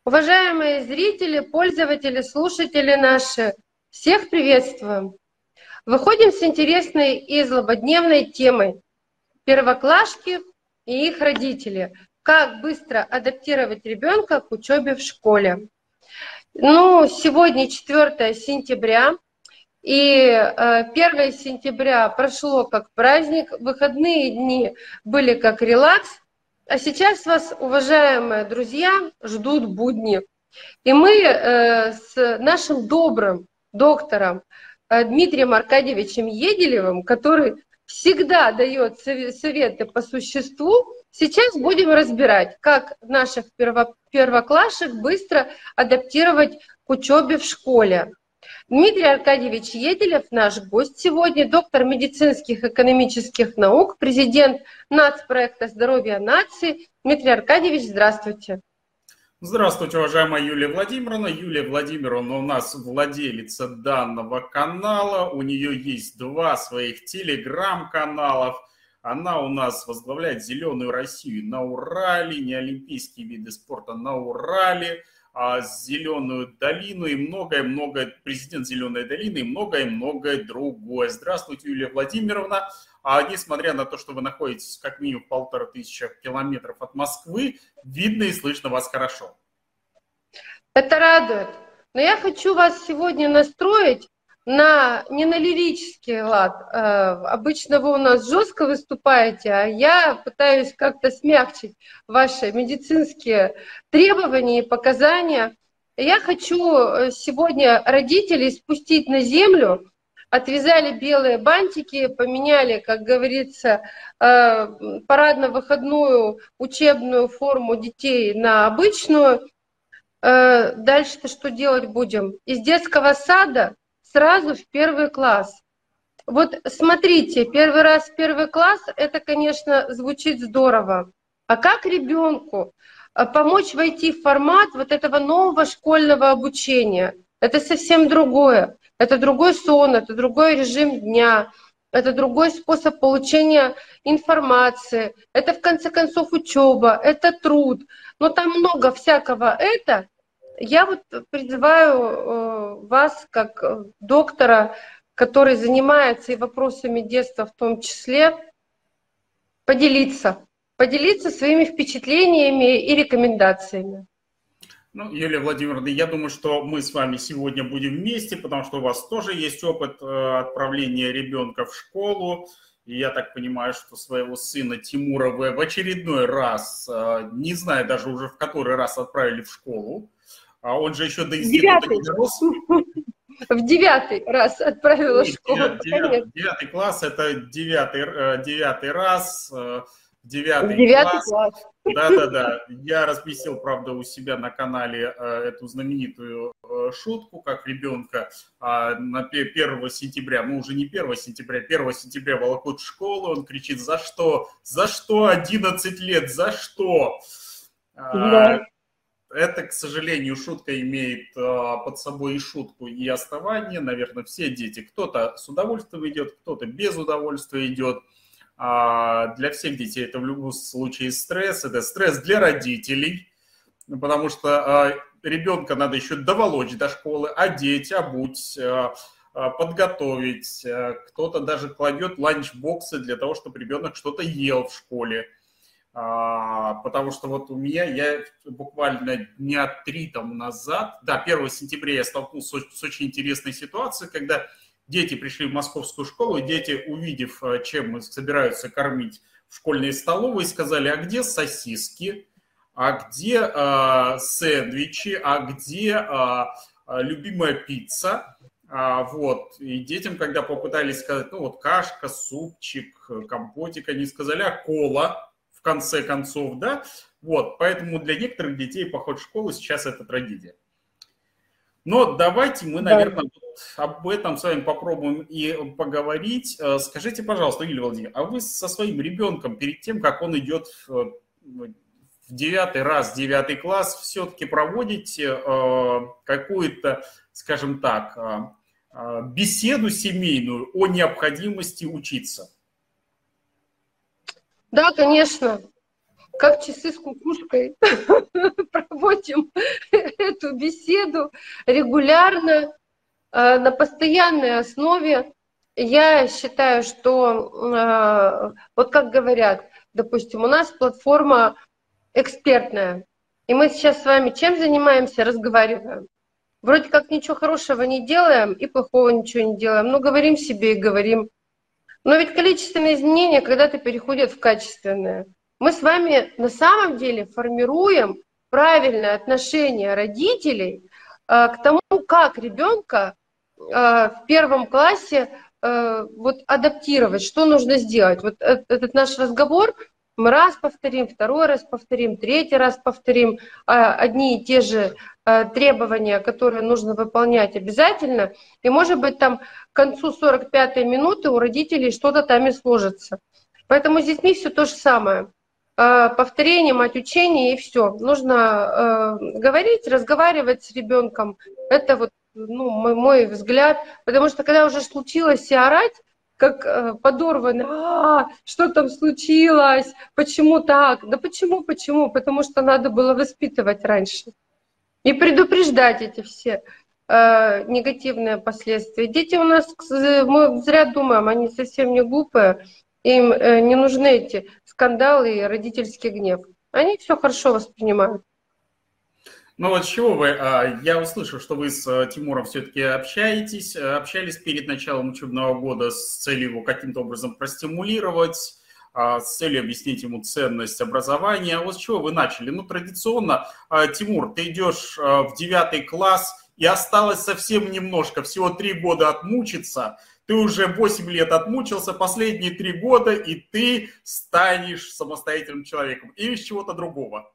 Уважаемые зрители, пользователи, слушатели наши, всех приветствуем! Выходим с интересной и злободневной темой. Первоклашки и их родители. Как быстро адаптировать ребенка к учебе в школе. Сегодня 4 сентября, и 1 сентября прошло как праздник, выходные дни были как релакс, а сейчас вас, уважаемые друзья, ждут будни. И мы с нашим добрым доктором Дмитрием Аркадьевичем Еделевым, который всегда дает советы по существу, сейчас будем разбирать, как наших первоклашек быстро адаптировать к учебе в школе. Дмитрий Аркадьевич Еделев, наш гость сегодня, доктор медицинских и экономических наук, президент нацпроекта «Здоровье нации». Дмитрий Аркадьевич, здравствуйте. Здравствуйте, уважаемая Юлия Владимировна. Юлия Владимировна у нас владелица данного канала. У нее есть 2 своих телеграм-каналов. Она у нас возглавляет «Зеленую Россию» на Урале, неолимпийские виды спорта на Урале, «Зеленую долину» и многое-многое, президент «Зеленой долины» и многое-многое другое. Здравствуйте, Юлия Владимировна. Несмотря на то, что вы находитесь как минимум в 1500 километров от Москвы, видно и слышно вас хорошо. Это радует. Но я хочу вас сегодня настроить не на лирический лад. Обычно вы у нас жестко выступаете, а я пытаюсь как-то смягчить ваши медицинские требования и показания. Я хочу сегодня родителей спустить на землю. Отвязали белые бантики, поменяли, как говорится, парадно-выходную учебную форму детей на обычную. Дальше-то что делать будем? Из детского сада сразу в 1 класс. Вот смотрите, 1 раз в 1 класс, это, конечно, звучит здорово. А как ребенку помочь войти в формат вот этого нового школьного обучения? Это совсем другое. Это другой сон, это другой режим дня, это другой способ получения информации, это в конце концов учеба, это труд. Но там много всякого это. Я вот призываю вас, как доктора, который занимается и вопросами детства в том числе, поделиться своими впечатлениями и рекомендациями. Юлия Владимировна, я думаю, что мы с вами сегодня будем вместе, потому что у вас тоже есть опыт отправления ребенка в школу. И я так понимаю, что своего сына Тимура вы в очередной раз, не знаю даже уже в который раз, отправили в школу. А он же еще до института не дорос. В 9 раз отправила в школу. 9 класс, это 9 раз. 9 класс. Да. Я разместил, правда, у себя на канале эту знаменитую шутку, как ребенка на 1 сентября, уже не 1 сентября, 1 сентября волокут в школу, он кричит: «За что? За что 11 лет? За что?» Да. Это, к сожалению, шутка имеет под собой и шутку, и основание. Наверное, все дети, кто-то с удовольствием идет, кто-то без удовольствия идет. Для всех детей это в любом случае стресс. Это стресс для родителей, потому что ребенка надо еще доволочь до школы, одеть, обуть, подготовить. Кто-то даже кладет ланчбоксы для того, чтобы ребенок что-то ел в школе. Потому что вот у меня, я буквально дня 3 тому назад, 1 сентября я столкнулся с очень интересной ситуацией, когда дети пришли в московскую школу, и дети, увидев, чем мы собираются кормить в школьной столовой, сказали: а где сосиски, а где сэндвичи, а где любимая пицца? И детям, когда попытались сказать, кашка, супчик, компотик, они сказали: а кола? В конце концов, да? Поэтому для некоторых детей поход в школу сейчас это трагедия. Но давайте мы, наверное, об этом с вами попробуем и поговорить. Скажите, пожалуйста, Юлия Владимировна, а вы со своим ребенком перед тем, как он идет в 9 класс, все-таки проводите какую-то, скажем так, беседу семейную о необходимости учиться? Да, конечно. как часы с кукушкой, проводим эту беседу регулярно, на постоянной основе. Я считаю, что, вот как говорят, допустим, у нас платформа экспертная, и мы сейчас с вами чем занимаемся? Разговариваем. Вроде как ничего хорошего не делаем и плохого ничего не делаем, но говорим себе и говорим. Но ведь количественные изменения когда-то переходят в качественные. Мы с вами на самом деле формируем правильное отношение родителей к тому, как ребенка в первом классе вот адаптировать, что нужно сделать. Вот этот наш разговор мы раз повторим, второй раз повторим, третий раз повторим, одни и те же требования, которые нужно выполнять обязательно, и, может быть, там к концу 45-й минуты у родителей что-то там и сложится. Поэтому с детьми все то же самое. Повторение, мать учения, и все. Нужно говорить, разговаривать с ребенком. Это вот, ну, мой взгляд. Потому что когда уже случилось и орать, как подорванный, что там случилось, почему так? Да почему? Потому что надо было воспитывать раньше. И предупреждать эти все негативные последствия. Дети у нас, мы зря думаем, они совсем не глупые, им не нужны эти скандалы и родительский гнев. Они все хорошо воспринимают. Ну вот с чего вы, я услышал, что вы с Тимуром все-таки общались перед началом учебного года с целью его каким-то образом простимулировать, с целью объяснить ему ценность образования. А вот с чего вы начали? Ну, традиционно, Тимур, ты идешь в 9 класс, и осталось совсем немножко, всего 3 года отмучиться. Ты уже 8 лет отмучился, последние 3 года, и ты станешь самостоятельным человеком. Или с чего-то другого?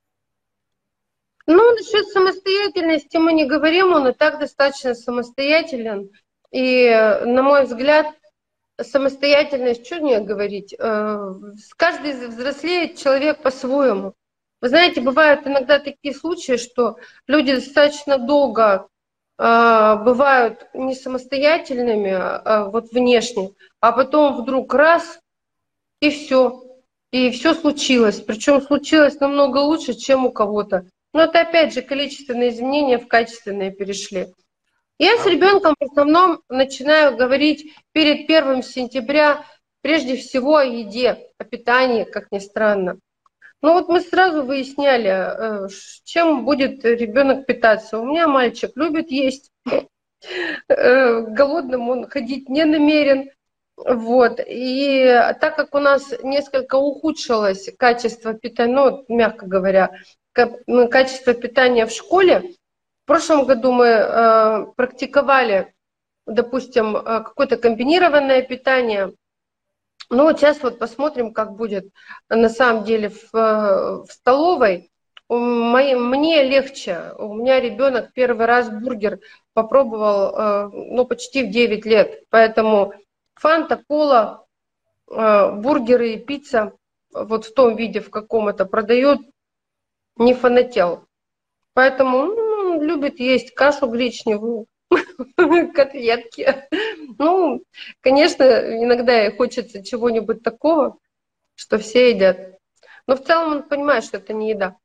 Ну, насчет самостоятельности мы не говорим, он и так достаточно самостоятелен. И, на мой взгляд, самостоятельность, что мне говорить, каждый взрослеет человек по-своему. Вы знаете, бывают иногда такие случаи, что люди достаточно долго бывают не самостоятельными, вот внешне, а потом вдруг раз, и все случилось. Причем случилось намного лучше, чем у кого-то. Но это опять же количественные изменения в качественные перешли. Я с ребенком в основном начинаю говорить перед 1 сентября прежде всего о еде, о питании, как ни странно. Ну вот мы сразу выясняли, чем будет ребенок питаться. У меня мальчик любит есть, голодным он ходить не намерен. Вот. И так как у нас несколько ухудшилось качество питания, ну, мягко говоря, качество питания в школе, в прошлом году мы практиковали, допустим, какое-то комбинированное питание. Ну, вот сейчас вот посмотрим, как будет на самом деле в столовой. Мне легче. У меня ребенок первый раз бургер попробовал, ну, почти в 9 лет. Поэтому фанта, кола, бургеры и пицца вот в том виде, в каком это продают, не фанател. Поэтому любит есть кашу гречневую, котлетки. Ну, конечно, иногда и хочется чего-нибудь такого, что все едят. Но в целом он понимает, что это не еда.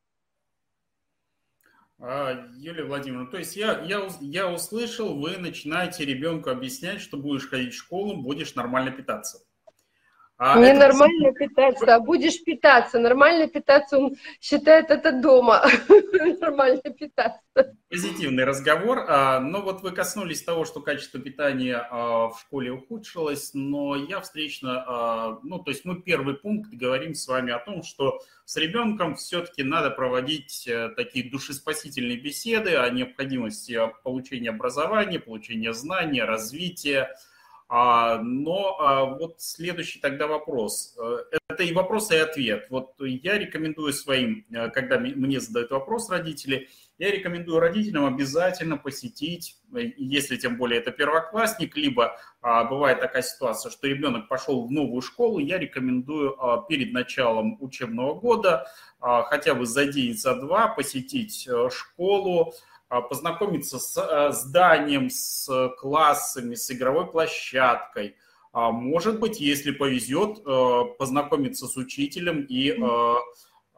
Юлия Владимировна, то есть я услышал, вы начинаете ребенку объяснять, что будешь ходить в школу, будешь нормально питаться. Не нормально питаться, а будешь питаться. Нормально питаться, он считает это дома. Нормально питаться. Позитивный разговор. Но вот вы коснулись того, что качество питания в школе ухудшилось, но я встречно, ну, то есть мы первый пункт говорим с вами о том, что с ребенком все-таки надо проводить такие душеспасительные беседы о необходимости получения образования, получения знаний, развития. Но вот следующий тогда вопрос. Это и вопрос, и ответ. Вот я рекомендую своим, когда мне задают вопрос родители, я рекомендую родителям обязательно посетить, если тем более это первоклассник, либо бывает такая ситуация, что ребенок пошел в новую школу, я рекомендую перед началом учебного года хотя бы за день, за два посетить школу, познакомиться с зданием, с классами, с игровой площадкой. Может быть, если повезет, познакомиться с учителем и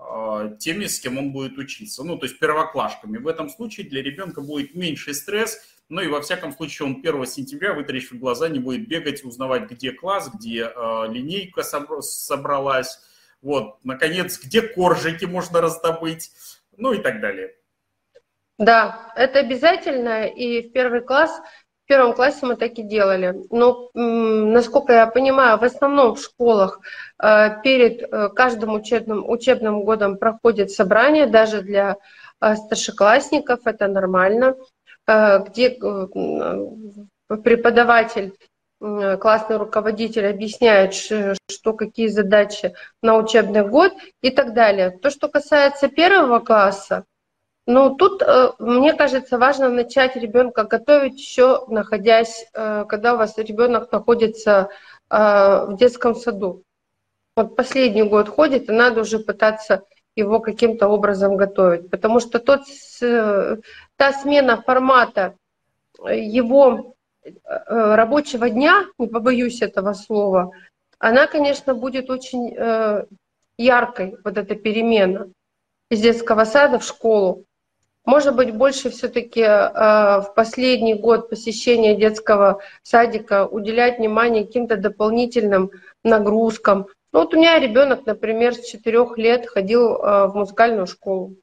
теми, с кем он будет учиться. Ну, то есть первоклашками. В этом случае для ребенка будет меньший стресс, ну и во всяком случае он 1 сентября, вытаращив глаза, не будет бегать, узнавать, где класс, где линейка собралась, вот, наконец, где коржики можно раздобыть, ну и так далее. Да, это обязательно, и в первом классе мы так и делали. Но, насколько я понимаю, в основном в школах перед каждым учебным годом проходит собрание, даже для старшеклассников, это нормально, где преподаватель, классный руководитель объясняет, что какие задачи на учебный год и так далее. То, что касается 1 класса, ну, тут, мне кажется, важно начать ребенка готовить еще находясь, когда у вас ребенок находится в детском саду. Вот последний год ходит, и надо уже пытаться его каким-то образом готовить. Потому что та смена формата его рабочего дня, не побоюсь этого слова, она, конечно, будет очень яркой, вот эта перемена из детского сада в школу. Может быть, больше все-таки в последний год посещения детского садика уделять внимание каким-то дополнительным нагрузкам. Ну, вот у меня ребенок, например, с 4 лет ходил в музыкальную школу.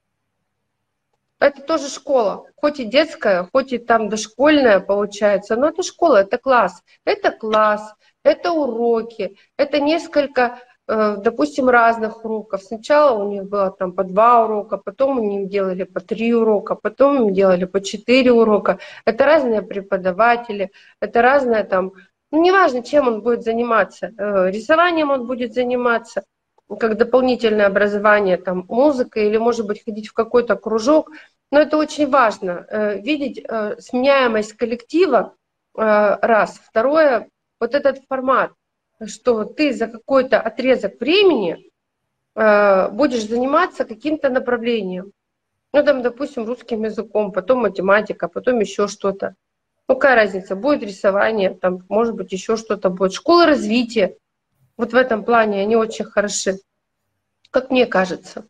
Это тоже школа, хоть и детская, хоть и там дошкольная получается, но это школа, это класс, это уроки, это несколько, допустим, разных уроков. Сначала у них было там по 2 урока, потом у них делали по 3 урока, потом им делали по 4 урока. Это разные преподаватели, это разное там, ну, неважно, чем он будет заниматься, рисованием он будет заниматься, как дополнительное образование, там, музыка или, может быть, ходить в какой-то кружок. Но это очень важно, видеть сменяемость коллектива, раз. Второе, вот этот формат, что ты за какой-то отрезок времени будешь заниматься каким-то направлением. Ну, там, допустим, русским языком, потом математика, потом еще что-то. Ну, какая разница, будет рисование, там, может быть, еще что-то будет. Школа развития. Вот в этом плане они очень хороши, как мне кажется.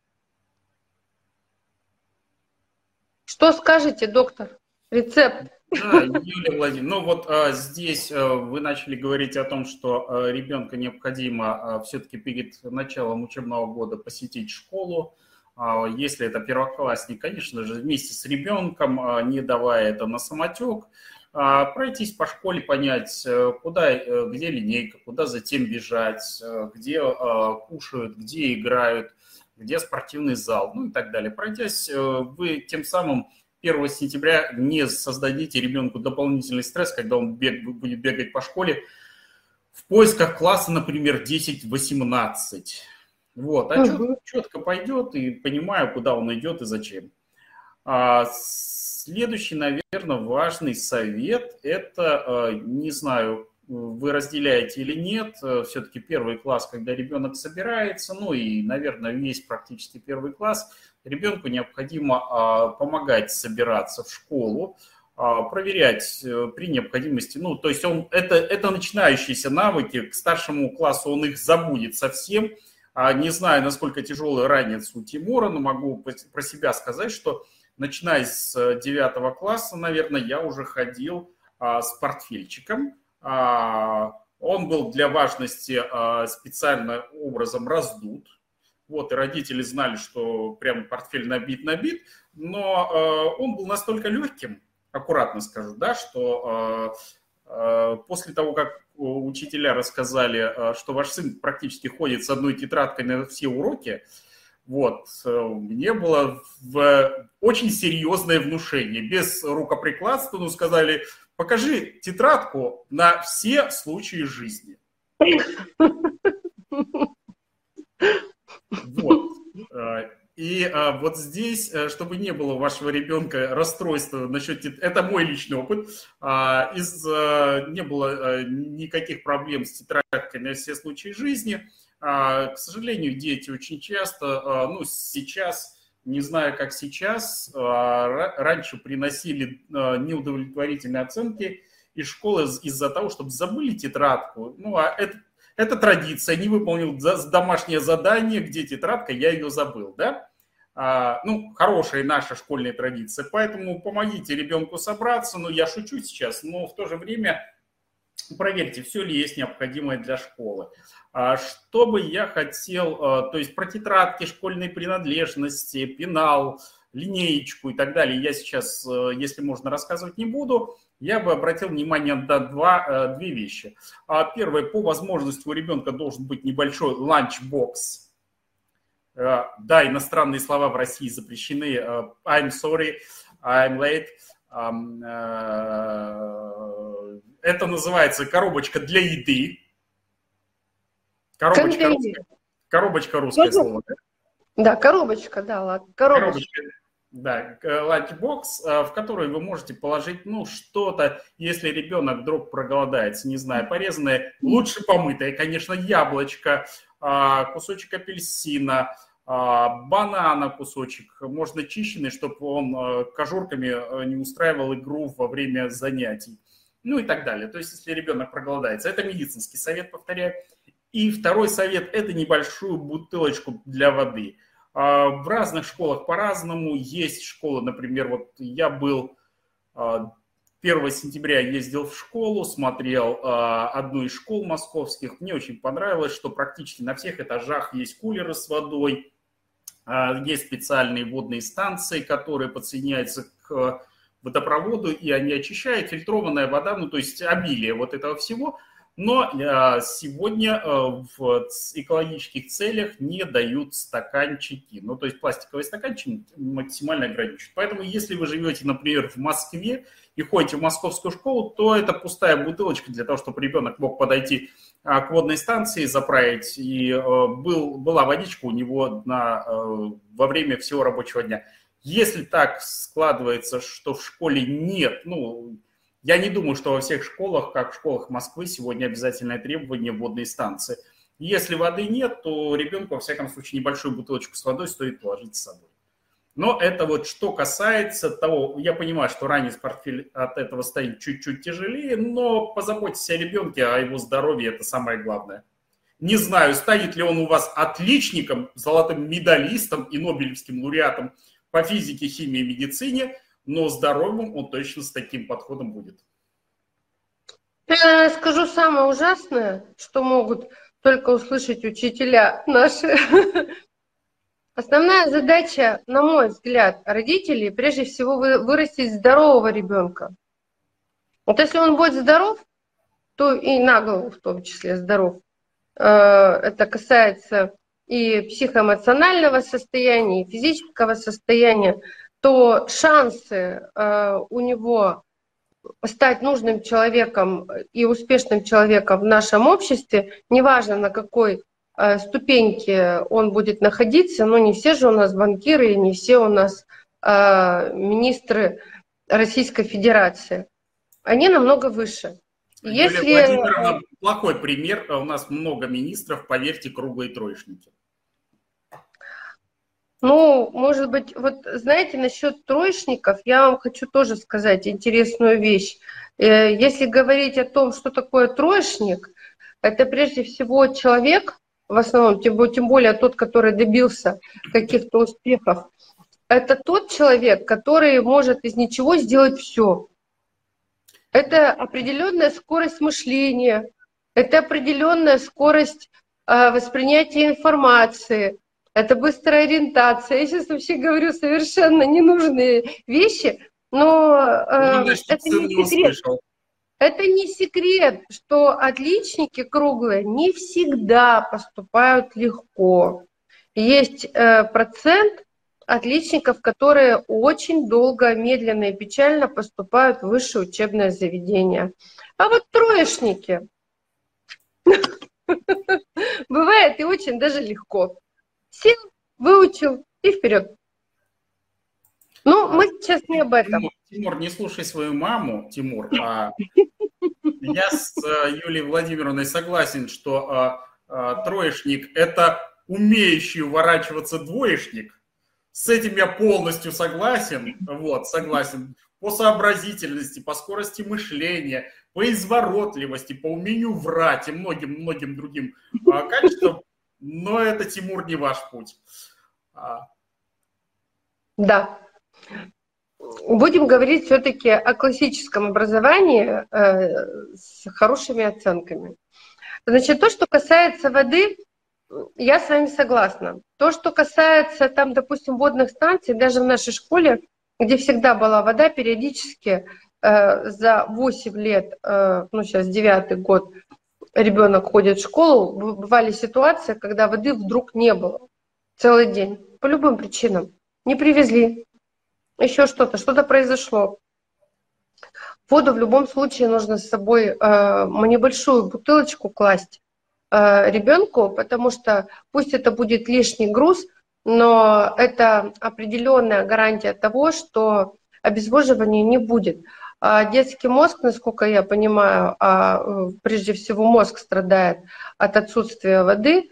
Что скажете, доктор? Рецепт? Да, Юлия Владимировна, ну вот здесь вы начали говорить о том, что ребенка необходимо все-таки перед началом учебного года посетить школу. Если это первоклассник, конечно же, вместе с ребенком, не давая это на самотек, пройтись по школе, понять, куда, где линейка, куда затем бежать, где кушают, где играют, где спортивный зал, ну и так далее. Пройдясь, вы тем самым 1 сентября не создадите ребенку дополнительный стресс, когда он будет бегать по школе в поисках класса, например, 10-18. Вот, четко пойдет и понимаю, куда он идет и зачем. Следующий, наверное, важный совет – это, не знаю, вы разделяете или нет, все-таки 1 класс, когда ребенок собирается, ну и, наверное, весь практически 1 класс, ребенку необходимо помогать собираться в школу, проверять при необходимости, ну, то есть это начинающиеся навыки, к старшему классу он их забудет совсем. Не знаю, насколько тяжелый ранец у Тимура, но могу про себя сказать, что начиная с 9 класса, наверное, я уже ходил с портфельчиком. Он был для важности специальным образом раздут. Вот, и родители знали, что прям портфель набит, но он был настолько легким, аккуратно скажу, да, что после того, как учителя рассказали, что ваш сын практически ходит с одной тетрадкой на все уроки, вот, мне было очень серьезное внушение, без рукоприкладства, ну, сказали, покажи тетрадку на все случаи жизни. Вот. И вот здесь, чтобы не было у вашего ребенка расстройства насчет... Это мой личный опыт. Не было никаких проблем с тетрадкой на все случаи жизни. К сожалению, дети очень часто, ну, сейчас, не знаю, как сейчас, раньше приносили неудовлетворительные оценки из школы из-за того, чтобы забыли тетрадку. Ну, а Это традиция, не выполнил домашнее задание, где тетрадка, я ее забыл, да? Ну, хорошая наша школьная традиция, поэтому помогите ребенку собраться, ну, я шучу сейчас, но в то же время проверьте, все ли есть необходимое для школы. Что бы я хотел, то есть про тетрадки, школьные принадлежности, пенал, линеечку и так далее, я сейчас, если можно, рассказывать не буду. Я бы обратил внимание на две вещи. Первое, по возможности у ребенка должен быть небольшой ланчбокс. Да, иностранные слова в России запрещены. I'm sorry, I'm late. Это называется коробочка для еды. Коробочка русское слово. Да, коробочка, да, ладно. Коробочка. Да, ланчбокс, в который вы можете положить, ну, что-то, если ребенок вдруг проголодается, не знаю, порезанное, лучше помытое, конечно, яблочко, кусочек апельсина, банана кусочек, можно чищенный, чтобы он кожурками не устраивал игру во время занятий, ну и так далее. То есть, если ребенок проголодается, это медицинский совет, повторяю. И второй совет – это небольшую бутылочку для воды. В разных школах по-разному. Есть школы, например, вот я был 1 сентября, ездил в школу, смотрел одну из школ московских. Мне очень понравилось, что практически на всех этажах есть кулеры с водой, есть специальные водные станции, которые подсоединяются к водопроводу, и они очищают. Фильтрованная вода, ну то есть обилие вот этого всего. Но сегодня в экологических целях не дают стаканчики. Ну, то есть пластиковые стаканчики максимально ограничивают. Поэтому, если вы живете, например, в Москве и ходите в московскую школу, то это пустая бутылочка для того, чтобы ребенок мог подойти к водной станции, заправить. И была водичка у него во время всего рабочего дня. Если так складывается, что в школе нет, ну... Я не думаю, что во всех школах, как в школах Москвы, сегодня обязательное требование водные станции. Если воды нет, то ребенку, во всяком случае, небольшую бутылочку с водой стоит положить с собой. Но это вот что касается того, я понимаю, что ранец портфель от этого стоит чуть-чуть тяжелее, но позаботьтесь о ребенке, о его здоровье, это самое главное. Не знаю, станет ли он у вас отличником, золотым медалистом и нобелевским лауреатом по физике, химии и медицине, но здоровым он точно с таким подходом будет. Я скажу самое ужасное, что могут только услышать учителя наши. Основная задача, на мой взгляд, родителей, прежде всего, вырастить здорового ребенка. Вот если он будет здоров, то и на голову в том числе здоров. Это касается и психоэмоционального состояния, и физического состояния, то шансы у него стать нужным человеком и успешным человеком в нашем обществе, неважно на какой ступеньке он будет находиться, но не все же у нас банкиры, не все у нас министры Российской Федерации. Они намного выше. Юлия Владимировна, плохой пример. У нас много министров, поверьте, круглые троечники. Ну, может быть, вот знаете, насчет троечников я вам хочу тоже сказать интересную вещь. Если говорить о том, что такое троечник, это прежде всего человек, в основном, тем более тот, который добился каких-то успехов, это тот человек, который может из ничего сделать все. Это определенная скорость мышления, это определенная скорость воспринятия информации, это быстрая ориентация. Я сейчас вообще говорю совершенно ненужные вещи, но это не секрет. Это не секрет, что отличники круглые не всегда поступают легко. Есть процент отличников, которые очень долго, медленно и печально поступают в высшее учебное заведение. А вот троечники бывает и очень даже легко. Сел, выучил и вперед. Ну, мы сейчас не об этом. Тимур, не слушай свою маму, Тимур. Я с Юлией Владимировной согласен, что троечник – это умеющий уворачиваться двоечник. С этим я полностью согласен. Вот, согласен. по сообразительности, по скорости мышления, по изворотливости, по умению врать и многим-многим другим качествам, но это, Тимур, не ваш путь. Да. Будем говорить все-таки о классическом образовании с хорошими оценками. Значит, то, что касается воды, я с вами согласна. То, что касается, там, допустим, водных станций, даже в нашей школе, где всегда была вода, периодически за 8 лет, ну сейчас 9-й год, ребенок ходит в школу, бывали ситуации, когда воды вдруг не было целый день, по любым причинам. Не привезли, еще что-то произошло. Воду в любом случае нужно с собой небольшую бутылочку класть ребенку, потому что пусть это будет лишний груз, но это определенная гарантия того, что обезвоживания не будет. Детский мозг, насколько я понимаю, прежде всего мозг страдает от отсутствия воды,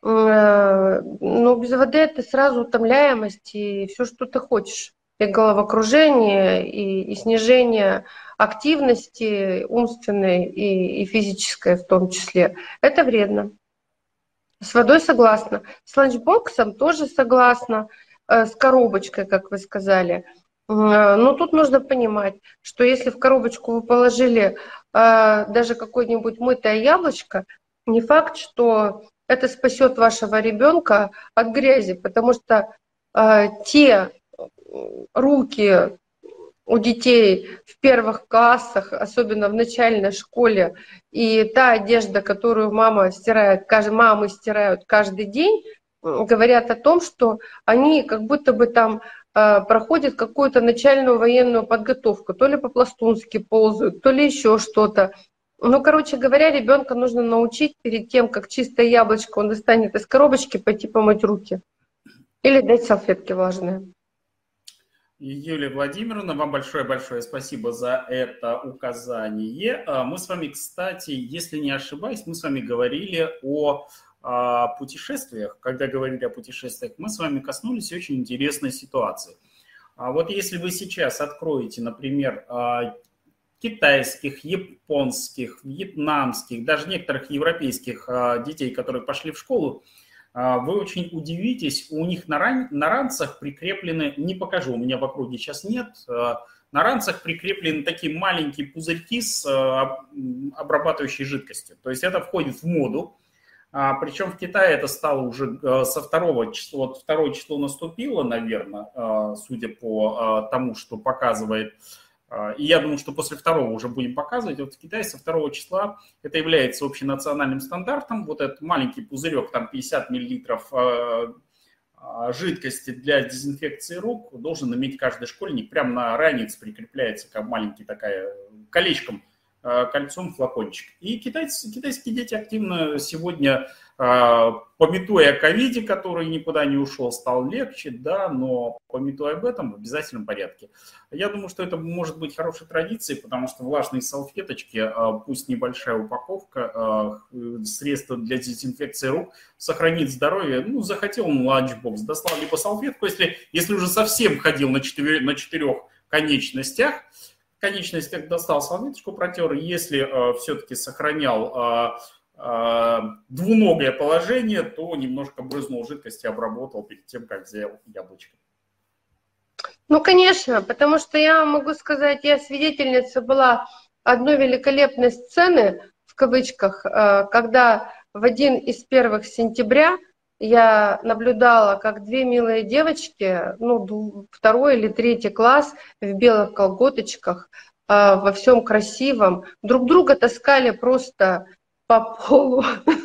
но без воды это сразу утомляемость и все, что ты хочешь. И головокружение, и снижение активности умственной и физической в том числе. Это вредно. С водой согласна. С ланчбоксом тоже согласна. С коробочкой, как вы сказали. Но тут нужно понимать, что если в коробочку вы положили даже какое-нибудь мытое яблочко, не факт, что это спасет вашего ребенка от грязи, потому что те руки у детей в первых классах, особенно в начальной школе, и та одежда, которую мамы стирают каждый день, говорят о том, что они как будто бы там проходят какую-то начальную военную подготовку, то ли по-пластунски ползают, то ли еще что-то. Ну, короче говоря, ребенка нужно научить перед тем, как чистое яблочко он достанет из коробочки, пойти помыть руки или дать салфетки влажные. Юлия Владимировна, вам большое-большое спасибо за это указание. Мы с вами, кстати, если не ошибаюсь, мы с вами говорили о путешествиях. Когда говорили о путешествиях, мы с вами коснулись очень интересной ситуации. Вот если вы сейчас откроете, например, китайских, японских, вьетнамских, даже некоторых европейских детей, которые пошли в школу, вы очень удивитесь, у них на ранцах прикреплены, не покажу, у меня в округе сейчас нет, на ранцах прикреплены такие маленькие пузырьки с обрабатывающей жидкостью. То есть это входит в моду. Причем в Китае это стало уже со 2 числа, вот 2 число наступило, наверное, судя по тому, что показывает. И я думаю, что после 2 уже будем показывать. Вот в Китае со 2 числа это является общенациональным стандартом. Вот этот маленький пузырек, там 50 миллилитров жидкости для дезинфекции рук должен иметь каждый школьник. Прямо на ранец прикрепляется как маленький такая колечком, кольцом флакончик. И китайские дети активно сегодня, памятуя о ковиде, который никуда не ушел, стал легче, да, но памятуя об этом в обязательном порядке. Я думаю, что это может быть хорошей традицией, потому что влажные салфеточки, пусть небольшая упаковка, средства для дезинфекции рук, сохранит здоровье. Ну, захотел он ланчбокс, достал либо салфетку, если уже совсем ходил на 4 конечностях, достал салфеточку, протер. Если все-таки сохранял двуногое положение, то немножко брызнул жидкости, обработал перед тем, как взял яблочко. Ну, конечно, потому что я могу сказать, я свидетельница была одной великолепной сцены, в кавычках, когда в один из первых сентября я наблюдала, как 2 милые девочки, ну, 2 или 3 класс в белых колготочках, во всем красивом, друг друга таскали просто по полу,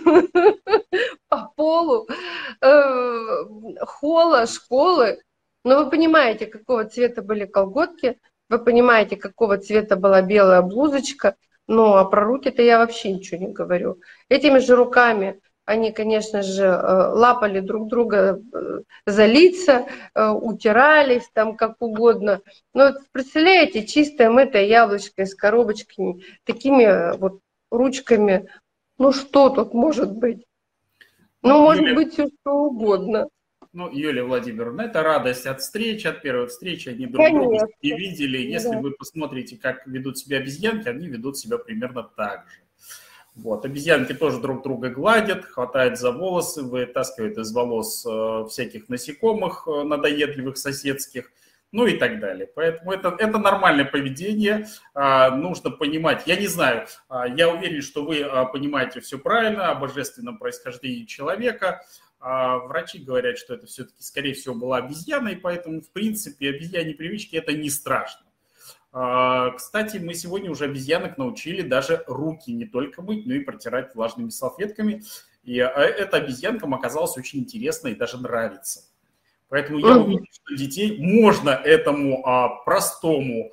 холла школы. Но вы понимаете, какого цвета были колготки, вы понимаете, какого цвета была белая блузочка. Ну, а про руки-то я вообще ничего не говорю. Этими же руками они, конечно же, лапали друг друга за лица, утирались там как угодно. Но вот представляете, чистое мытое яблочко из коробочки, такими вот ручками. Ну, что тут может быть? Ну, может быть, все что угодно. Ну, Юлия Владимировна, это радость от встречи, от первой встречи. Они друг друга Конечно. не видели. Если Да. вы посмотрите, как ведут себя обезьянки, они ведут себя примерно так же. Вот. Обезьянки тоже друг друга гладят, хватают за волосы, вытаскивают из волос всяких насекомых надоедливых соседских, ну и так далее. Поэтому это нормальное поведение, нужно понимать. Я не знаю, я уверен, что вы понимаете все правильно о божественном происхождении человека. Врачи говорят, что это все-таки, скорее всего, была обезьяна, и поэтому, в принципе, обезьяньи привычки – это не страшно. Кстати, мы сегодня уже обезьянок научили даже руки не только мыть, но и протирать влажными салфетками. И эта обезьянкам оказалась очень интересна и даже нравится. Поэтому я уверен, что детей можно этому простому,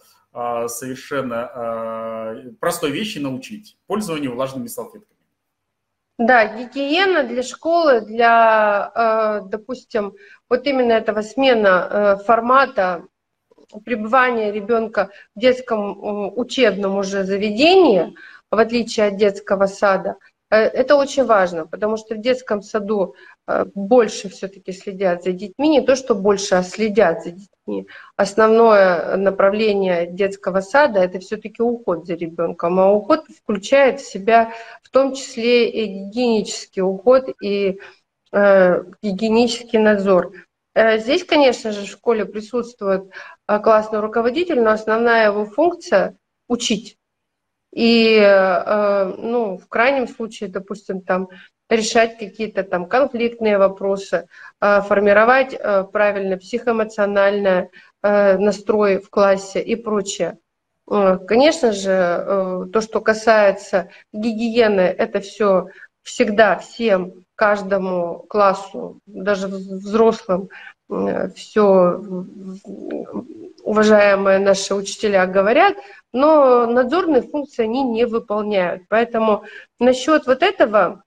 совершенно простой вещи научить. Пользованию влажными салфетками. Да, гигиена для школы, для, допустим, вот именно этого смена формата пребывания ребенка в детском учебном уже заведении, в отличие от детского сада, это очень важно, потому что в детском саду больше все-таки следят за детьми, не то что больше, а следят за детьми. Основное направление детского сада – это все-таки уход за ребенком, а уход включает в себя в том числе и гигиенический уход, и гигиенический надзор. Здесь, конечно же, в школе присутствует классный руководитель, но основная его функция – учить. И, ну, в крайнем случае, допустим, там, решать какие-то там конфликтные вопросы, формировать правильно психоэмоциональный настрой в классе и прочее. Конечно же, то, что касается гигиены, это все всегда всем, каждому классу, даже взрослым, все уважаемые наши учителя говорят, но надзорные функции они не выполняют. Поэтому насчет вот этого,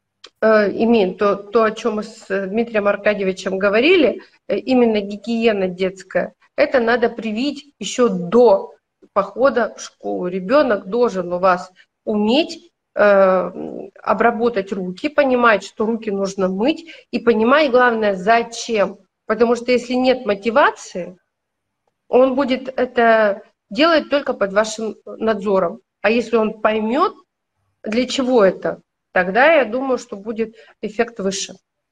то, о чем мы с Дмитрием Аркадьевичем говорили, именно гигиена детская, это надо привить еще до похода в школу. Ребенок должен у вас уметь обработать руки, понимать, что руки нужно мыть, и понимать, главное, зачем. Потому что если нет мотивации, он будет это делать только под вашим надзором. А если он поймет, для чего это, тогда я думаю, что будет эффект выше.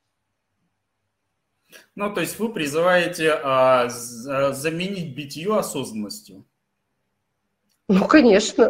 Ну, то есть вы призываете заменить битье осознанностью? Ну, конечно.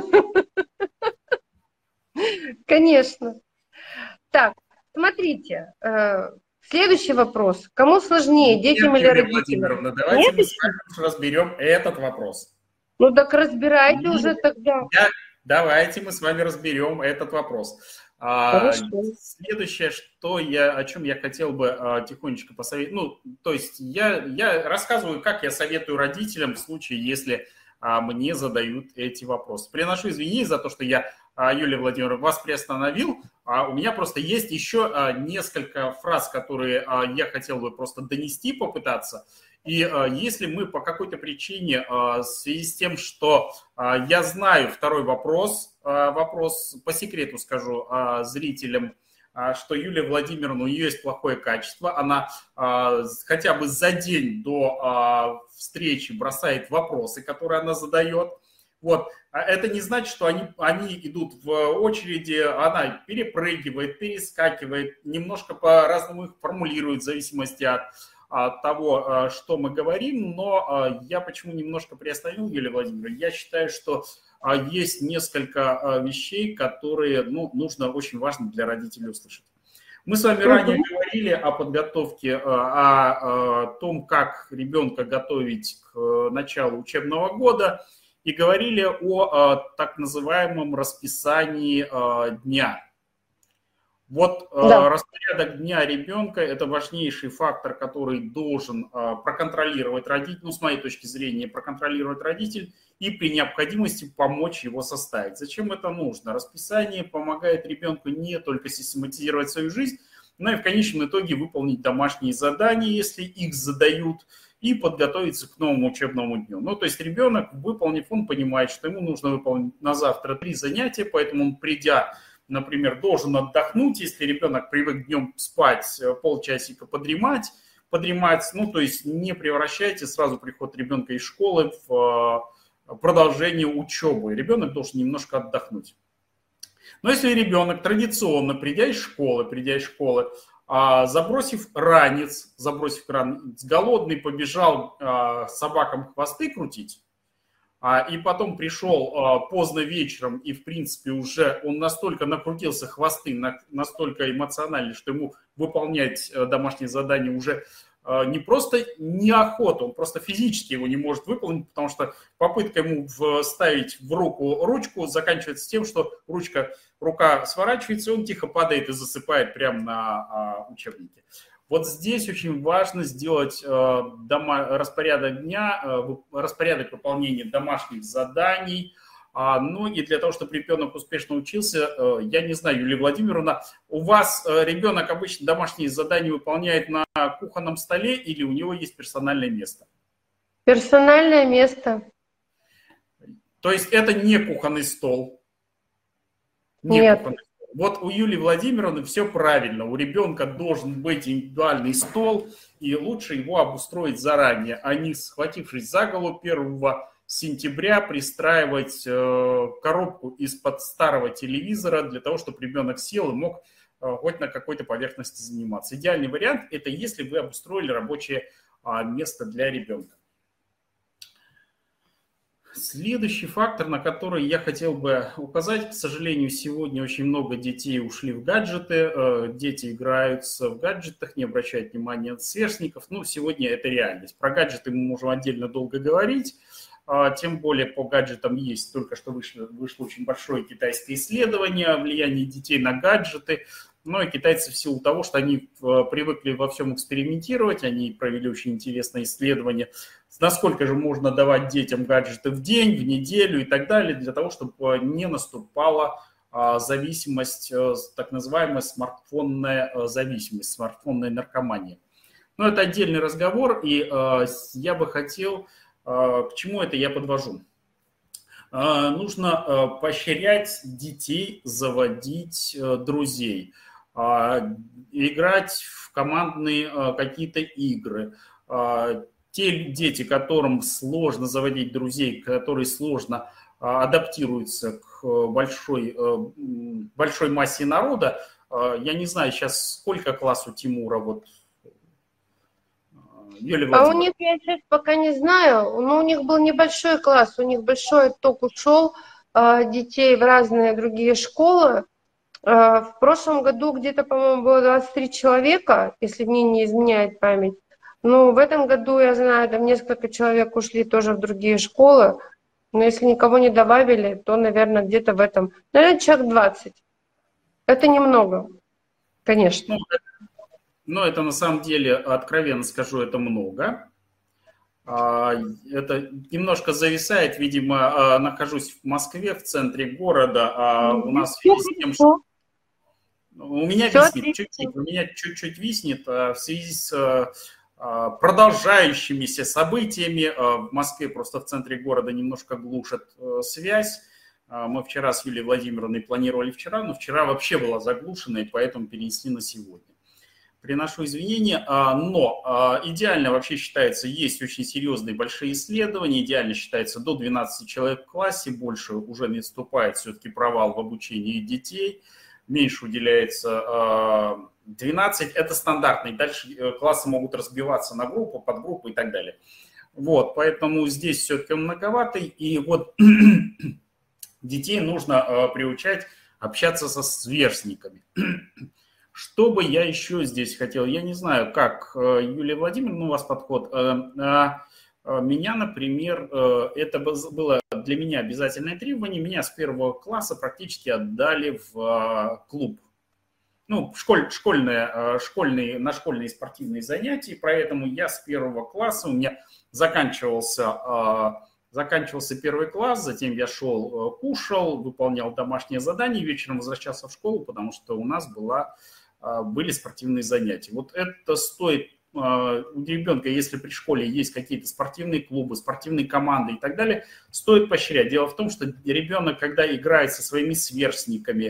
Конечно. Так, смотрите, следующий вопрос. Кому сложнее, детям или родителям? Владимировна, давайте мы с вами разберем этот вопрос. Ну так разбирайте уже тогда. Давайте мы с вами разберем этот вопрос. Хорошо. Следующее, о чем я хотел бы тихонечко посоветовать. Ну, то есть я рассказываю, как я советую родителям в случае, если мне задают эти вопросы. Приношу извинения за то, что я, Юлия Владимировна, вас приостановил. У меня просто есть еще несколько фраз, которые я хотел бы просто донести, попытаться. И если мы по какой-то причине, в связи с тем, что я знаю второй вопрос по секрету скажу зрителям, что Юлия Владимировна, у нее есть плохое качество, она хотя бы за день до встречи бросает вопросы, которые она задает. Вот. Это не значит, что они идут в очереди, она перепрыгивает, перескакивает, немножко по-разному их формулирует в зависимости от того, что мы говорим, но я почему немножко приостановил Юлию Владимировну? Я считаю, что есть несколько вещей, которые нужно, очень важно для родителей услышать. Мы с вами ранее говорили о подготовке, о том, как ребенка готовить к началу учебного года, и говорили о так называемом расписании дня. Вот да. Распорядок дня ребенка – это важнейший фактор, который должен проконтролировать родитель, ну, с моей точки зрения, проконтролировать родитель и при необходимости помочь его составить. Зачем это нужно? Расписание помогает ребенку не только систематизировать свою жизнь, но и в конечном итоге выполнить домашние задания, если их задают, и подготовиться к новому учебному дню. Ну, то есть ребенок, выполнив, он понимает, что ему нужно выполнить на завтра 3 занятия, поэтому он, придя например, должен отдохнуть, если ребенок привык днем спать, полчасика подремать, ну, то есть не превращайте сразу приход ребенка из школы в продолжение учебы. Ребенок должен немножко отдохнуть. Но если ребенок традиционно, придя из школы, забросив ранец, голодный побежал собакам хвосты крутить, и потом пришел поздно вечером, и, в принципе, уже он настолько накрутился хвосты, настолько эмоциональный, что ему выполнять домашнее задание уже не просто неохота, он просто физически его не может выполнить, потому что попытка ему вставить в руку ручку заканчивается тем, что рука сворачивается, и он тихо падает и засыпает прямо на учебнике. Вот здесь очень важно сделать распорядок дня, распорядок выполнения домашних заданий. Ну и для того, чтобы ребенок успешно учился, я не знаю, Юлия Владимировна, у вас ребенок обычно домашние задания выполняет на кухонном столе или у него есть персональное место? Персональное место. То есть это не кухонный стол? Нет. Кухонный стол. Вот у Юлии Владимировны все правильно. У ребенка должен быть индивидуальный стол, и лучше его обустроить заранее, а не, схватившись за голову 1 сентября, пристраивать коробку из-под старого телевизора для того, чтобы ребенок сел и мог хоть на какой-то поверхности заниматься. Идеальный вариант – это если вы обустроили рабочее место для ребенка. Следующий фактор, на который я хотел бы указать, к сожалению, сегодня очень много детей ушли в гаджеты, дети играются в гаджетах, не обращают внимания на сверстников. Ну, сегодня это реальность. Про гаджеты мы можем отдельно долго говорить, тем более по гаджетам есть, только что вышло очень большое китайское исследование о влиянии детей на гаджеты. Но и китайцы в силу того, что они привыкли во всем экспериментировать, они провели очень интересное исследование, насколько же можно давать детям гаджеты в день, в неделю и так далее, для того, чтобы не наступала зависимость, так называемая смартфонная зависимость, смартфонная наркомания. Но это отдельный разговор, и я бы хотел, к чему это я подвожу. Нужно поощрять детей, заводить друзей, играть в командные какие-то игры. Те дети, которым сложно заводить друзей, которые сложно адаптируются к большой массе народа, я не знаю, сейчас сколько класс у Тимура, вот, Юлия Владимировна. А у них, я сейчас пока не знаю, но у них был небольшой класс, у них большой отток ушел детей в разные другие школы. В прошлом году где-то, по-моему, было 23 человека, если мне не изменяет память. Ну, в этом году, я знаю, там несколько человек ушли тоже в другие школы. Но если никого не добавили, то, наверное, где-то в этом... Наверное, человек 20. Это немного, конечно. Но это на самом деле, откровенно скажу, это много. Это немножко зависает, видимо, нахожусь в Москве, в центре города, а у нас в связи с тем, что... У меня виснет чуть-чуть, чуть-чуть виснет в связи с продолжающимися событиями. В Москве просто в центре города немножко глушит связь. Мы вчера с Юлией Владимировной планировали вчера, но вчера вообще была заглушена, и поэтому перенесли на сегодня. Приношу извинения, но идеально вообще считается, есть очень серьезные большие исследования, идеально считается до 12 человек в классе, больше уже наступает все-таки провал в обучении детей, меньше уделяется 12, это стандартно, и дальше классы могут разбиваться на группы, подгруппы и так далее. Вот, поэтому здесь все-таки многоватый, и вот детей нужно приучать общаться со сверстниками. Что бы я еще здесь хотел? Я не знаю, как, Юлия Владимировна, у вас подход. Меня, например, это было для меня обязательное требование. Меня с 1 класса практически отдали в клуб. Ну, на школьные спортивные занятия. Поэтому я с 1 класса, у меня заканчивался 1 класс, затем я шел, кушал, выполнял домашнее задание, вечером возвращался в школу, потому что у нас были спортивные занятия. Вот это стоит у ребенка, если при школе есть какие-то спортивные клубы, спортивные команды и так далее, стоит поощрять. Дело в том, что ребенок, когда играет со своими сверстниками,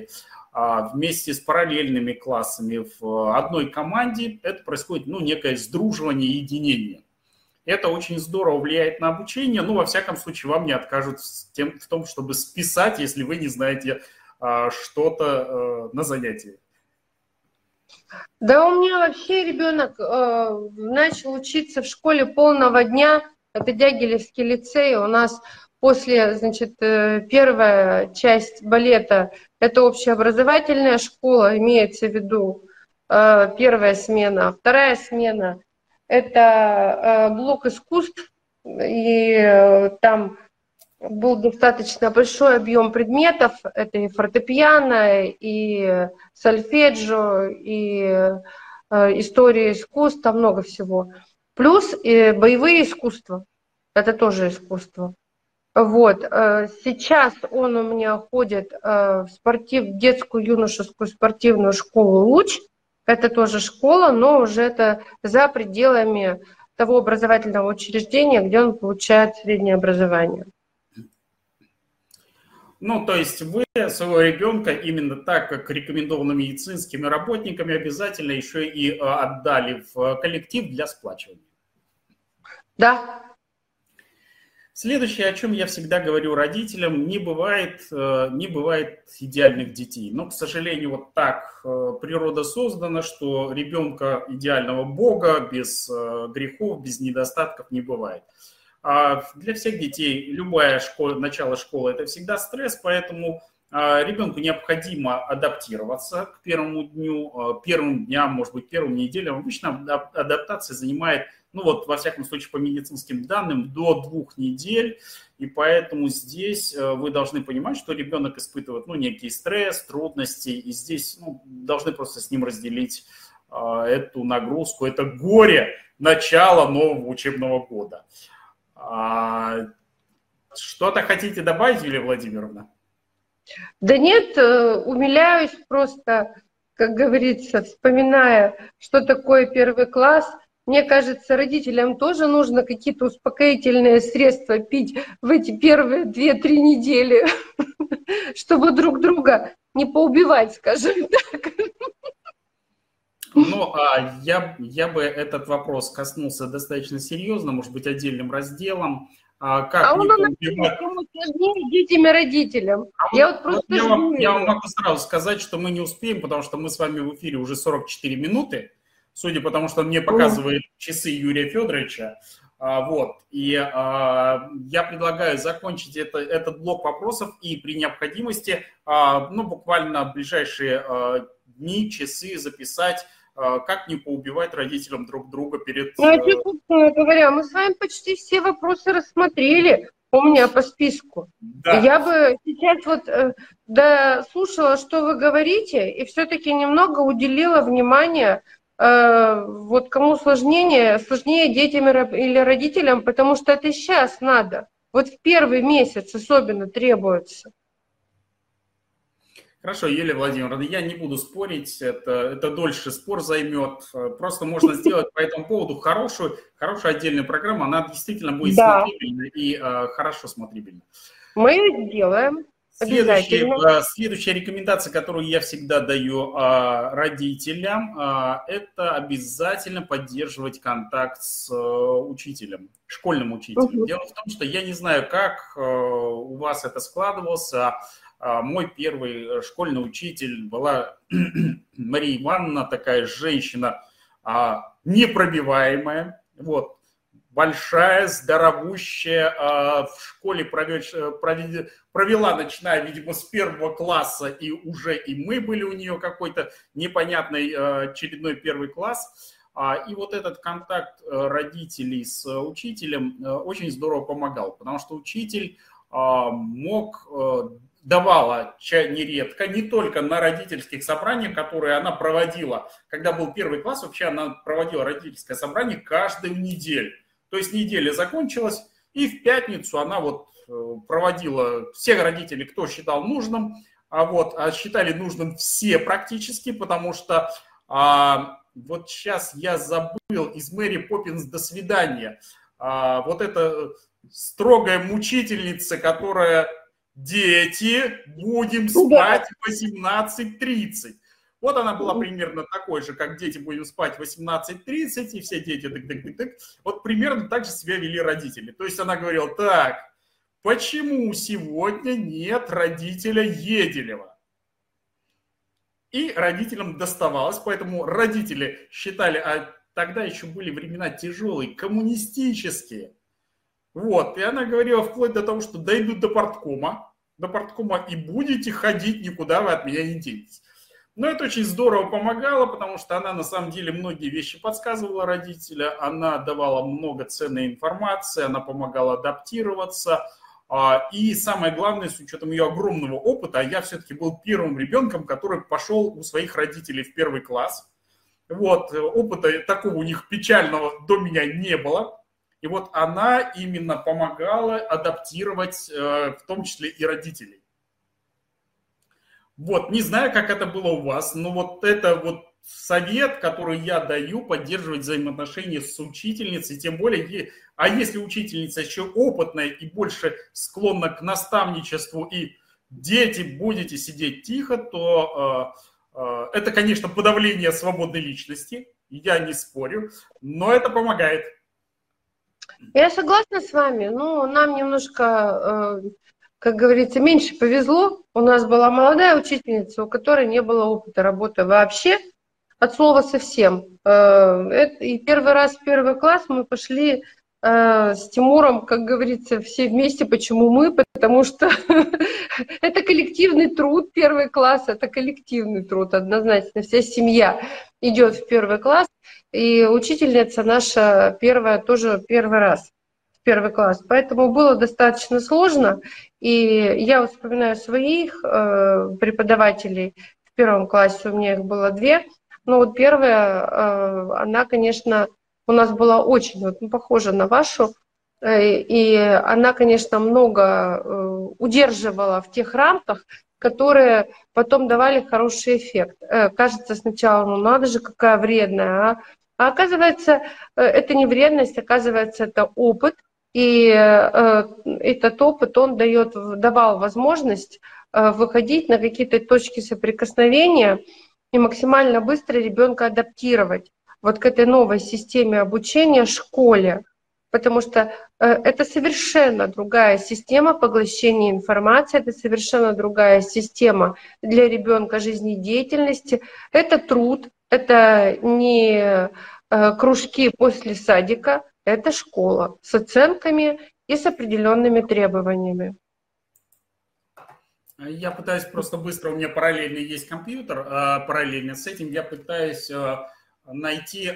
вместе с параллельными классами в одной команде, это происходит, ну, некое сдруживание, единение. Это очень здорово влияет на обучение, но, во всяком случае, вам не откажут в том, чтобы списать, если вы не знаете что-то на занятии. Да, у меня вообще ребенок начал учиться в школе полного дня. Это Дягилевский лицей. У нас после, значит, первая часть балета – это общеобразовательная школа, имеется в виду первая смена. Вторая смена – это блок искусств, и там был достаточно большой объем предметов. Это и фортепиано, и сольфеджио, и история искусств, там много всего. Плюс и боевые искусства. Это тоже искусство. Вот. Сейчас он у меня ходит в детскую юношескую спортивную школу «Луч». Это тоже школа, но уже это за пределами того образовательного учреждения, где он получает среднее образование. Ну, то есть вы своего ребенка именно так, как рекомендовано медицинскими работниками, обязательно еще и отдали в коллектив для сплачивания. Да. Следующее, о чем я всегда говорю родителям, не бывает идеальных детей. Но, к сожалению, вот так природа создана, что ребенка идеального Бога без грехов, без недостатков не бывает. А для всех детей начало школы – это всегда стресс, поэтому ребенку необходимо адаптироваться к первому дню, первым дням, может быть, первым неделям. Обычно адаптация занимает, ну вот, во всяком случае, по медицинским данным, до 2 недель. И поэтому здесь вы должны понимать, что ребенок испытывает, ну, некий стресс, трудности. И здесь, ну, должны просто с ним разделить эту нагрузку, это горе начала нового учебного года. Что-то хотите добавить, Юлия Владимировна? Да нет, умиляюсь просто, как говорится, вспоминая, что такое первый класс. Мне кажется, родителям тоже нужно какие-то успокоительные средства пить в эти первые 2-3 недели, чтобы друг друга не поубивать, скажем так. Ну, я бы этот вопрос коснулся достаточно серьезно, может быть, отдельным разделом. Как Он не у нас поубивать... сложнее детям и родителям. Я вот просто я вам могу сразу сказать, что мы не успеем, потому что мы с вами в эфире уже 44 минуты, судя по тому, что мне показывают часы Юрия Федоровича. Вот. И я предлагаю закончить этот блок вопросов и при необходимости, ну, буквально в ближайшие дни, часы записать, как не поубивать родителям друг друга перед... Ну, собственно говоря, мы с вами почти все вопросы рассмотрели у меня по списку. Да. Я бы сейчас вот дослушала, что вы говорите, и все-таки немного уделила внимание вот кому сложнее детям или родителям, потому что это сейчас надо. Вот в первый месяц особенно требуется. Хорошо, Юлия Владимировна, я не буду спорить, это дольше спор займет. Просто можно сделать по этому поводу хорошую отдельную программу, она действительно будет смотрибельна и хорошо смотрибельна. Мы ее сделаем. Следующая рекомендация, которую я всегда даю родителям, это обязательно поддерживать контакт с учителем, школьным учителем. Дело в том, что я не знаю, как у вас это складывалось. Мой первый школьный учитель была Мария Ивановна, такая женщина непробиваемая, вот, большая, здоровущая, в школе провела, начиная, видимо, с 1 класса, и уже и мы были у нее какой-то непонятный очередной 1 класс. И вот этот контакт родителей с учителем очень здорово помогал, потому что учитель давала нередко, не только на родительских собраниях, которые она проводила. Когда был 1 класс, вообще она проводила родительское собрание каждую неделю. То есть неделя закончилась, и в пятницу она вот проводила всех родителей, кто считал нужным. А считали нужным все практически, потому что вот сейчас я забыл из Мэри Поппинс «До свидания». Вот эта строгая мучительница, которая дети, будем спать в 18:30. Вот она была примерно такой же, как дети, будем спать в 18:30, и все дети тык-тык-тык-тык. Вот примерно так же себя вели родители. То есть она говорила, так, почему сегодня нет родителя Еделева? И родителям доставалось, поэтому родители считали, а тогда еще были времена тяжелые, коммунистические. Вот, и она говорила вплоть до того, что дойдут до парткома и будете ходить, никуда вы от меня не денетесь. Но это очень здорово помогало, потому что она на самом деле многие вещи подсказывала родителя, она давала много ценной информации, она помогала адаптироваться. И самое главное, с учетом ее огромного опыта, я все-таки был первым ребенком, который пошел у своих родителей в 1 класс. Вот, опыта такого у них печального до меня не было. И вот она именно помогала адаптировать, в том числе и родителей. Вот, не знаю, как это было у вас, но вот это вот совет, который я даю, поддерживать взаимоотношения с учительницей, тем более, а если учительница еще опытная и больше склонна к наставничеству, и дети будете сидеть тихо, то это, конечно, подавление свободной личности, я не спорю, но это помогает. Я согласна с вами, но нам немножко, как говорится, меньше повезло. У нас была молодая учительница, у которой не было опыта работы вообще, от слова совсем. И первый раз в 1 класс мы пошли с Тимуром, как говорится, все вместе. Почему мы? Потому что это коллективный труд. 1 класс – это коллективный труд, однозначно. Вся семья идет в 1 класс. И учительница наша первая тоже первый раз в 1 класс. Поэтому было достаточно сложно. И я вспоминаю своих преподавателей в 1 классе, у меня их было 2. Но вот первая, она, конечно, у нас была очень похожа на вашу. И она, конечно, много удерживала в тех рамках, которые потом давали хороший эффект. Кажется сначала, ну надо же, какая вредная, а оказывается, это не вредность, оказывается, это опыт. И этот опыт, он давал возможность выходить на какие-то точки соприкосновения и максимально быстро ребенка адаптировать вот к этой новой системе обучения в школе. Потому что это совершенно другая система поглощения информации, это совершенно другая система для ребенка жизнедеятельности. Это труд, это не кружки после садика, это школа с оценками и с определенными требованиями. Я пытаюсь просто быстро, у меня параллельно есть компьютер, параллельно с этим я пытаюсь найти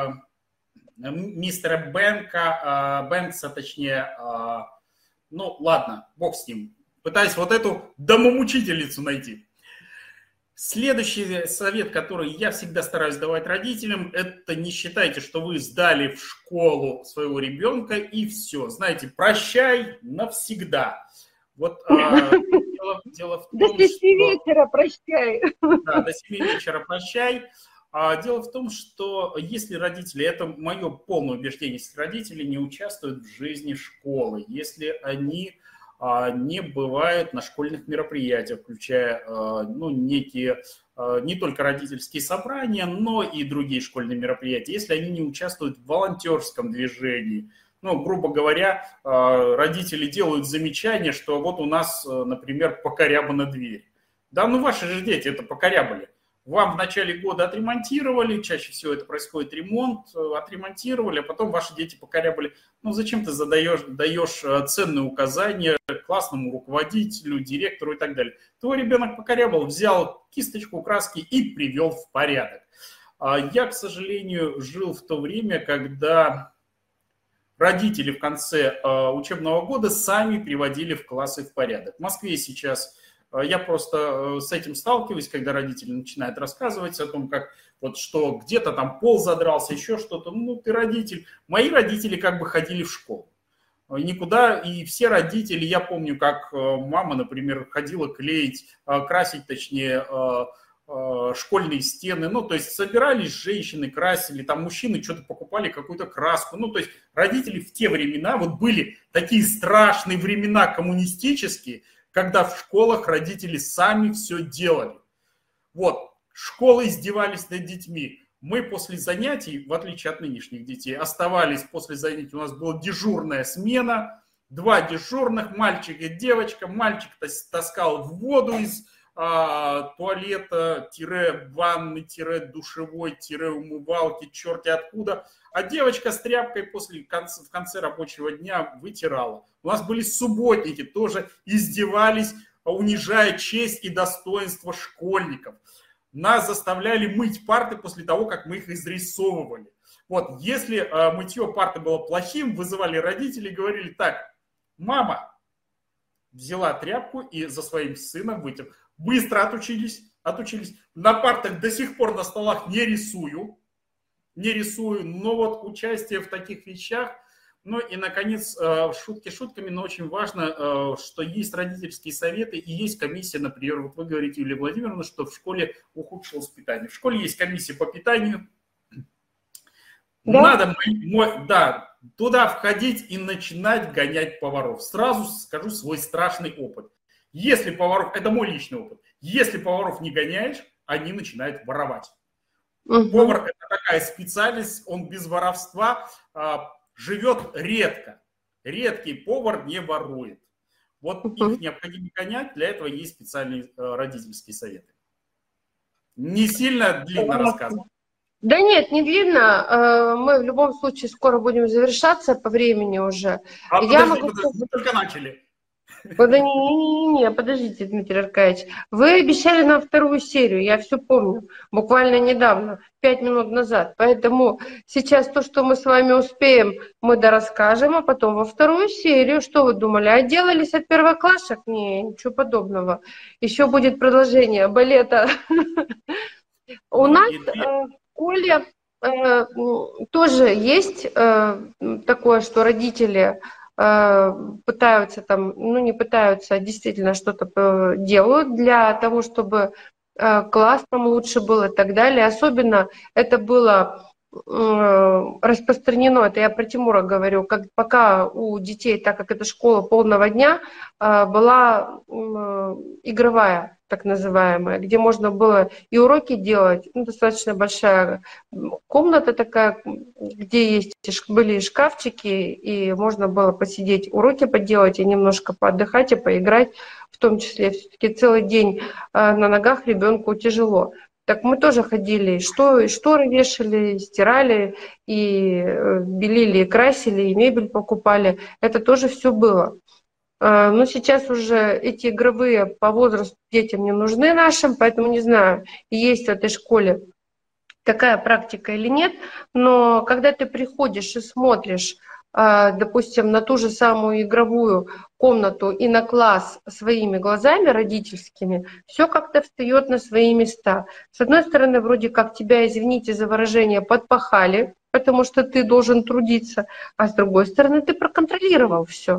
мистера Бэнкса, точнее, ну ладно, бог с ним. Пытаюсь вот эту домомучительницу найти. Следующий совет, который я всегда стараюсь давать родителям, это не считайте, что вы сдали в школу своего ребенка и все. Знаете, прощай навсегда. Вот дело в том, до 7 вечера прощай. Да, до 7 вечера прощай. Дело в том, что если родители, это мое полное убеждение, если родители не участвуют в жизни школы, если они не бывают на школьных мероприятиях, включая некие не только родительские собрания, но и другие школьные мероприятия, если они не участвуют в волонтерском движении, грубо говоря, родители делают замечание, что вот у нас, например, покорябана дверь. Да, ваши же дети это покорябали. Вам в начале года отремонтировали, чаще всего это происходит ремонт, отремонтировали, а потом ваши дети покорябали. Зачем ты даешь ценные указания классному руководителю, директору и так далее? Твой ребенок покорябал, взял кисточку, краски и привел в порядок. Я, к сожалению, жил в то время, когда родители в конце учебного года сами приводили в классы в порядок. В Москве сейчас... Я просто с этим сталкиваюсь, когда родители начинают рассказывать о том, как что где-то там пол задрался, еще что-то. Ты родитель. Мои родители как бы ходили в школу. Никуда, и все родители, я помню, как мама, например, ходила красить, точнее, школьные стены. То есть собирались женщины, красили, там мужчины что-то покупали, какую-то краску. То есть родители в те времена, были такие страшные времена коммунистические, когда в школах родители сами все делали. Вот, школы издевались над детьми. Мы после занятий, в отличие от нынешних детей, оставались после занятий, у нас была дежурная смена, 2 дежурных, мальчик и девочка. Мальчик таскал воду из туалета-ванны-душевой-умывалки, черти откуда, а девочка с тряпкой в конце рабочего дня вытирала. У нас были субботники, тоже издевались, унижая честь и достоинство школьников. Нас заставляли мыть парты после того, как мы их изрисовывали. Вот, если мытье парты было плохим, вызывали родителей и говорили: так, мама взяла тряпку и за своим сыном вытер. Быстро отучились. На партах до сих пор на столах не рисую, но вот участие в таких вещах. Ну и, наконец, шутки шутками, но очень важно, что есть родительские советы и есть комиссия, например, вот вы говорите, Юлия Владимировна, что в школе ухудшилось питание. В школе есть комиссия по питанию. Да? Надо, туда входить и начинать гонять поваров. Сразу скажу свой страшный опыт. Если поваров, это мой личный опыт, если поваров не гоняешь, они начинают воровать. Повар – это такая специальность, он без воровства живет редко. Редкий повар не ворует. Вот их необходимо гонять, для этого есть специальные родительские советы. Не сильно длинно рассказывать. Да нет, не длинно. Мы в любом случае скоро будем завершаться по времени уже. Подожди, мы только начали. Подождите, Дмитрий Аркадьевич. Вы обещали нам 2-ю серию, я все помню, буквально недавно, 5 минут назад. Поэтому сейчас то, что мы с вами успеем, мы дорасскажем, а потом во 2-ю серию. Что вы думали, отделались от первоклашек? Не, ничего подобного. Еще будет продолжение балета. У нас в школе тоже есть такое, что родители пытаются там, ну не пытаются, а действительно что-то делают для того, чтобы класс там лучше был и так далее. Особенно это было распространено, это я про Тимура говорю, пока у детей, так как это школа полного дня, была игровая, так называемая, где можно было и уроки делать, ну, достаточно большая комната такая, где были шкафчики, и можно было посидеть, уроки поделать и немножко поотдыхать и поиграть, в том числе все-таки целый день на ногах ребенку тяжело. Так мы тоже ходили, и шторы вешали, и стирали, и белили, и красили, и мебель покупали. Это тоже все было. Но сейчас уже эти игровые по возрасту детям не нужны нашим, поэтому не знаю, есть в этой школе такая практика или нет. Но когда ты приходишь и смотришь, допустим, на ту же самую игровую комнату и на класс своими глазами родительскими, все как-то встает на свои места. С одной стороны, вроде как тебя, извините за выражение, подпахали, потому что ты должен трудиться, а с другой стороны, ты проконтролировал все.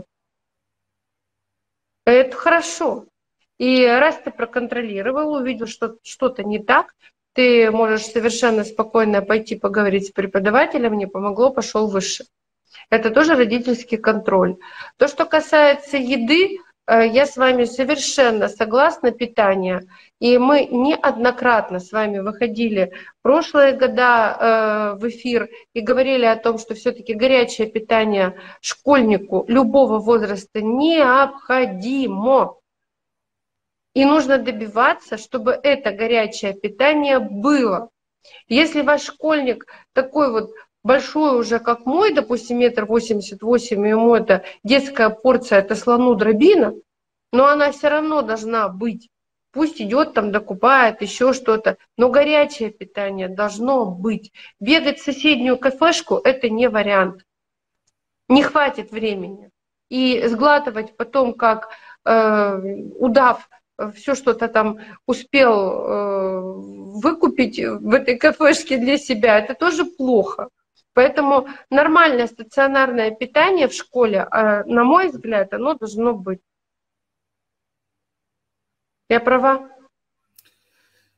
Это хорошо. И раз ты проконтролировал, увидел, что что-то не так, ты можешь совершенно спокойно пойти поговорить с преподавателем, не помогло, пошел выше. Это тоже родительский контроль. То, что касается еды, я с вами совершенно согласна, питание. И мы неоднократно с вами выходили в прошлые года в эфир и говорили о том, что все-таки горячее питание школьнику любого возраста необходимо. И нужно добиваться, чтобы это горячее питание было. Если ваш школьник такой вот большой уже, как мой, допустим, 1,88 м, ему это детская порция, это слону дробина, но она все равно должна быть. Пусть идет там, докупает, еще что-то, но горячее питание должно быть. Бегать в соседнюю кафешку – это не вариант. Не хватит времени. И сглатывать потом, как удав, все что-то там успел выкупить в этой кафешке для себя, это тоже плохо. Поэтому нормальное стационарное питание в школе, на мой взгляд, оно должно быть. Я права?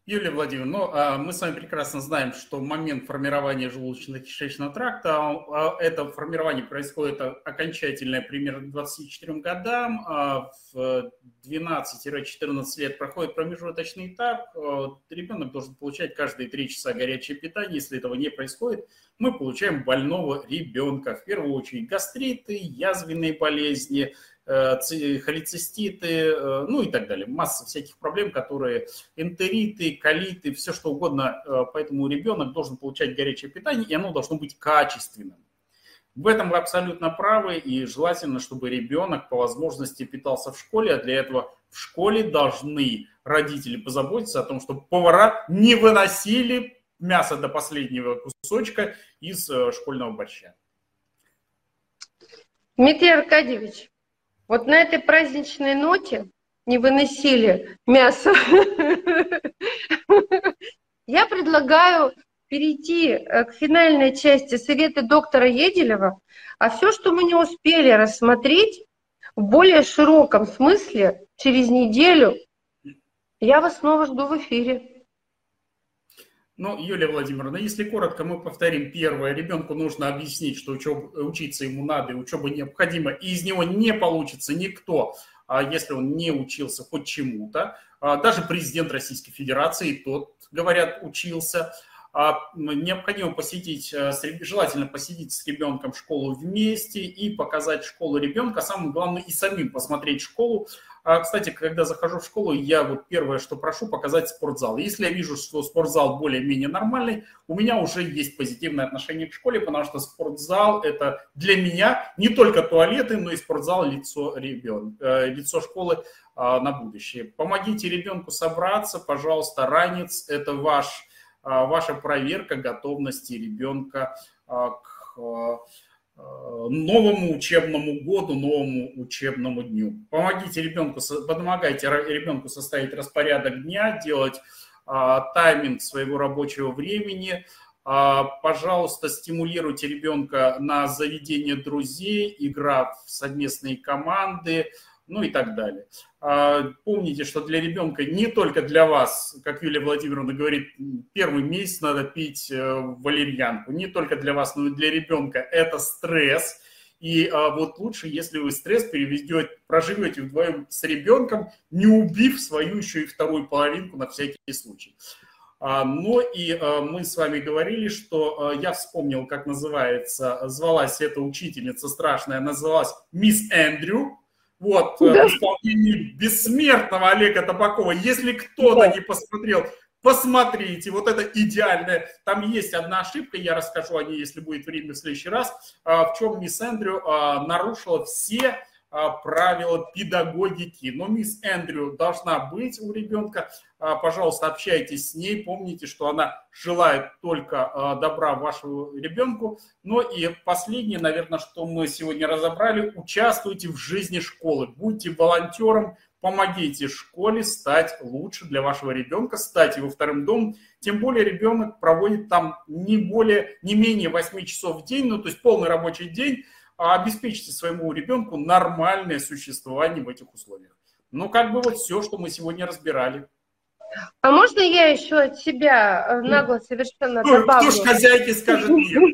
Юлия Владимировна, мы с вами прекрасно знаем, что момент формирования желудочно-кишечного тракта, это формирование происходит окончательное примерно к 24 годам, в 12-14 лет проходит промежуточный этап, ребенок должен получать каждые 3 часа горячее питание, если этого не происходит, мы получаем больного ребенка, в первую очередь гастриты, язвенные болезни, холециститы, ну и так далее. Масса всяких проблем, которые энтериты, колиты, все что угодно. Поэтому ребенок должен получать горячее питание, и оно должно быть качественным. В этом вы абсолютно правы, и желательно, чтобы ребенок по возможности питался в школе, а для этого в школе должны родители позаботиться о том, чтобы повара не выносили мясо до последнего кусочка из школьного борща. Дмитрий Аркадьевич, вот на этой праздничной ноте не выносили мясо. Я предлагаю перейти к финальной части совета доктора Еделева, а все, что мы не успели рассмотреть в более широком смысле, через неделю я вас снова жду в эфире. Ну, Юлия Владимировна, если коротко, мы повторим. Первое, ребенку нужно объяснить, что учиться ему надо и учеба необходима, и из него не получится никто, если он не учился хоть чему-то. Даже президент Российской Федерации, тот, говорят, учился. Необходимо посетить, желательно посетить с ребенком школу вместе и показать школу ребенка. Самое главное, и самим посмотреть школу. Кстати, когда захожу в школу, я вот первое, что прошу, показать спортзал. Если я вижу, что спортзал более-менее нормальный, у меня уже есть позитивное отношение к школе, потому что спортзал – это для меня не только туалеты, но и спортзал – лицо школы на будущее. Помогите ребенку собраться, пожалуйста, ранец – это ваша проверка готовности ребенка к новому учебному году, новому учебному дню. Помогайте ребенку составить распорядок дня, делать тайминг своего рабочего времени. Пожалуйста, стимулируйте ребенка на заведение друзей, игра в совместные команды, ну и так далее. Помните, что для ребенка, не только для вас, как Юлия Владимировна говорит, первый месяц надо пить валерьянку. Не только для вас, но и для ребенка это стресс. И вот лучше, если вы стресс проживете вдвоем с ребенком, не убив свою еще и вторую половинку на всякий случай. Но и мы с вами говорили, что я вспомнил, как звалась эта учительница страшная, называлась мисс Эндрю. Вот, да. В исполнении бессмертного Олега Табакова. Если кто-то не посмотрел, посмотрите. Вот это идеальное. Там есть одна ошибка, я расскажу о ней, если будет время в следующий раз, в чем мисс Эндрю нарушила все правила педагогики. Но мисс Эндрю должна быть у ребенка. Пожалуйста, общайтесь с ней. Помните, что она желает только добра вашему ребенку. Ну и последнее, наверное, что мы сегодня разобрали. Участвуйте в жизни школы. Будьте волонтером. Помогите школе стать лучше для вашего ребенка, стать его вторым домом. Тем более ребенок проводит там не менее 8 часов в день, ну то есть полный рабочий день. Обеспечьте своему ребенку нормальное существование в этих условиях. Ну, как бы вот все, что мы сегодня разбирали. А можно я еще от себя нагло совершенно добавлю? Кто ж хозяйке скажет нет?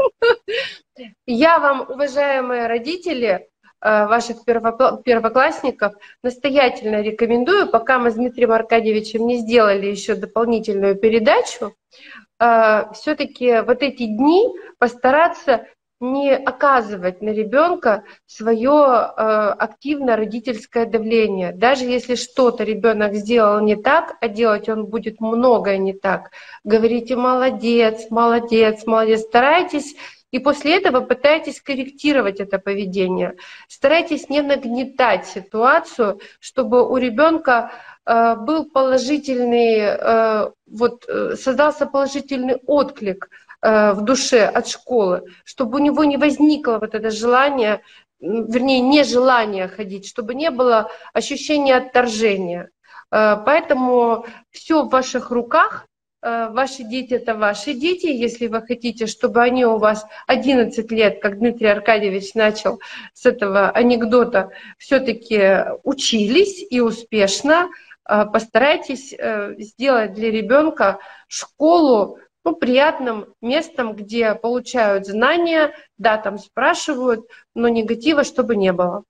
Я вам, уважаемые родители ваших первоклассников, настоятельно рекомендую, пока мы с Дмитрием Аркадьевичем не сделали еще дополнительную передачу, все-таки вот эти дни постараться не оказывать на ребенка свое активное родительское давление. Даже если что-то ребенок сделал не так, а делать он будет многое не так, говорите молодец, молодец, молодец, старайтесь, и после этого пытайтесь корректировать это поведение. Старайтесь не нагнетать ситуацию, чтобы у ребенка был положительный, создался положительный отклик в душе от школы, чтобы у него не возникло вот это желание, вернее, нежелание ходить, чтобы не было ощущения отторжения. Поэтому все в ваших руках. Ваши дети — это ваши дети. Если вы хотите, чтобы они у вас 11 лет, как Дмитрий Аркадьевич начал с этого анекдота, все-таки учились и успешно, постарайтесь сделать для ребенка школу приятным местом, где получают знания, да, там спрашивают, но негатива чтобы не было.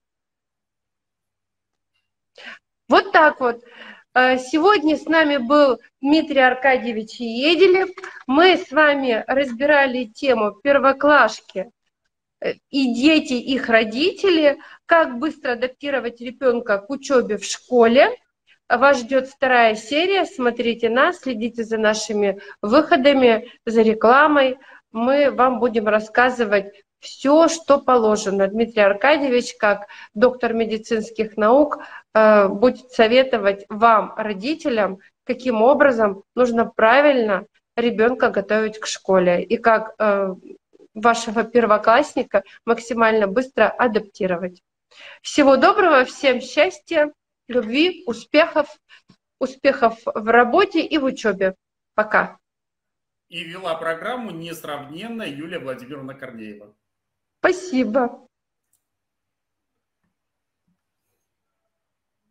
Вот так вот. Сегодня с нами был Дмитрий Аркадьевич Еделев. Мы с вами разбирали тему первоклашки и дети, их родители, как быстро адаптировать ребенка к учебе в школе. Вас ждет вторая серия. Смотрите нас, следите за нашими выходами, за рекламой. Мы вам будем рассказывать все, что положено. Дмитрий Аркадьевич, как доктор медицинских наук, будет советовать вам, родителям, каким образом нужно правильно ребенка готовить к школе и как вашего первоклассника максимально быстро адаптировать. Всего доброго, всем счастья, любви, успехов в работе и в учебе. Пока. И вела программу несравненная Юлия Владимировна Корнеева. Спасибо.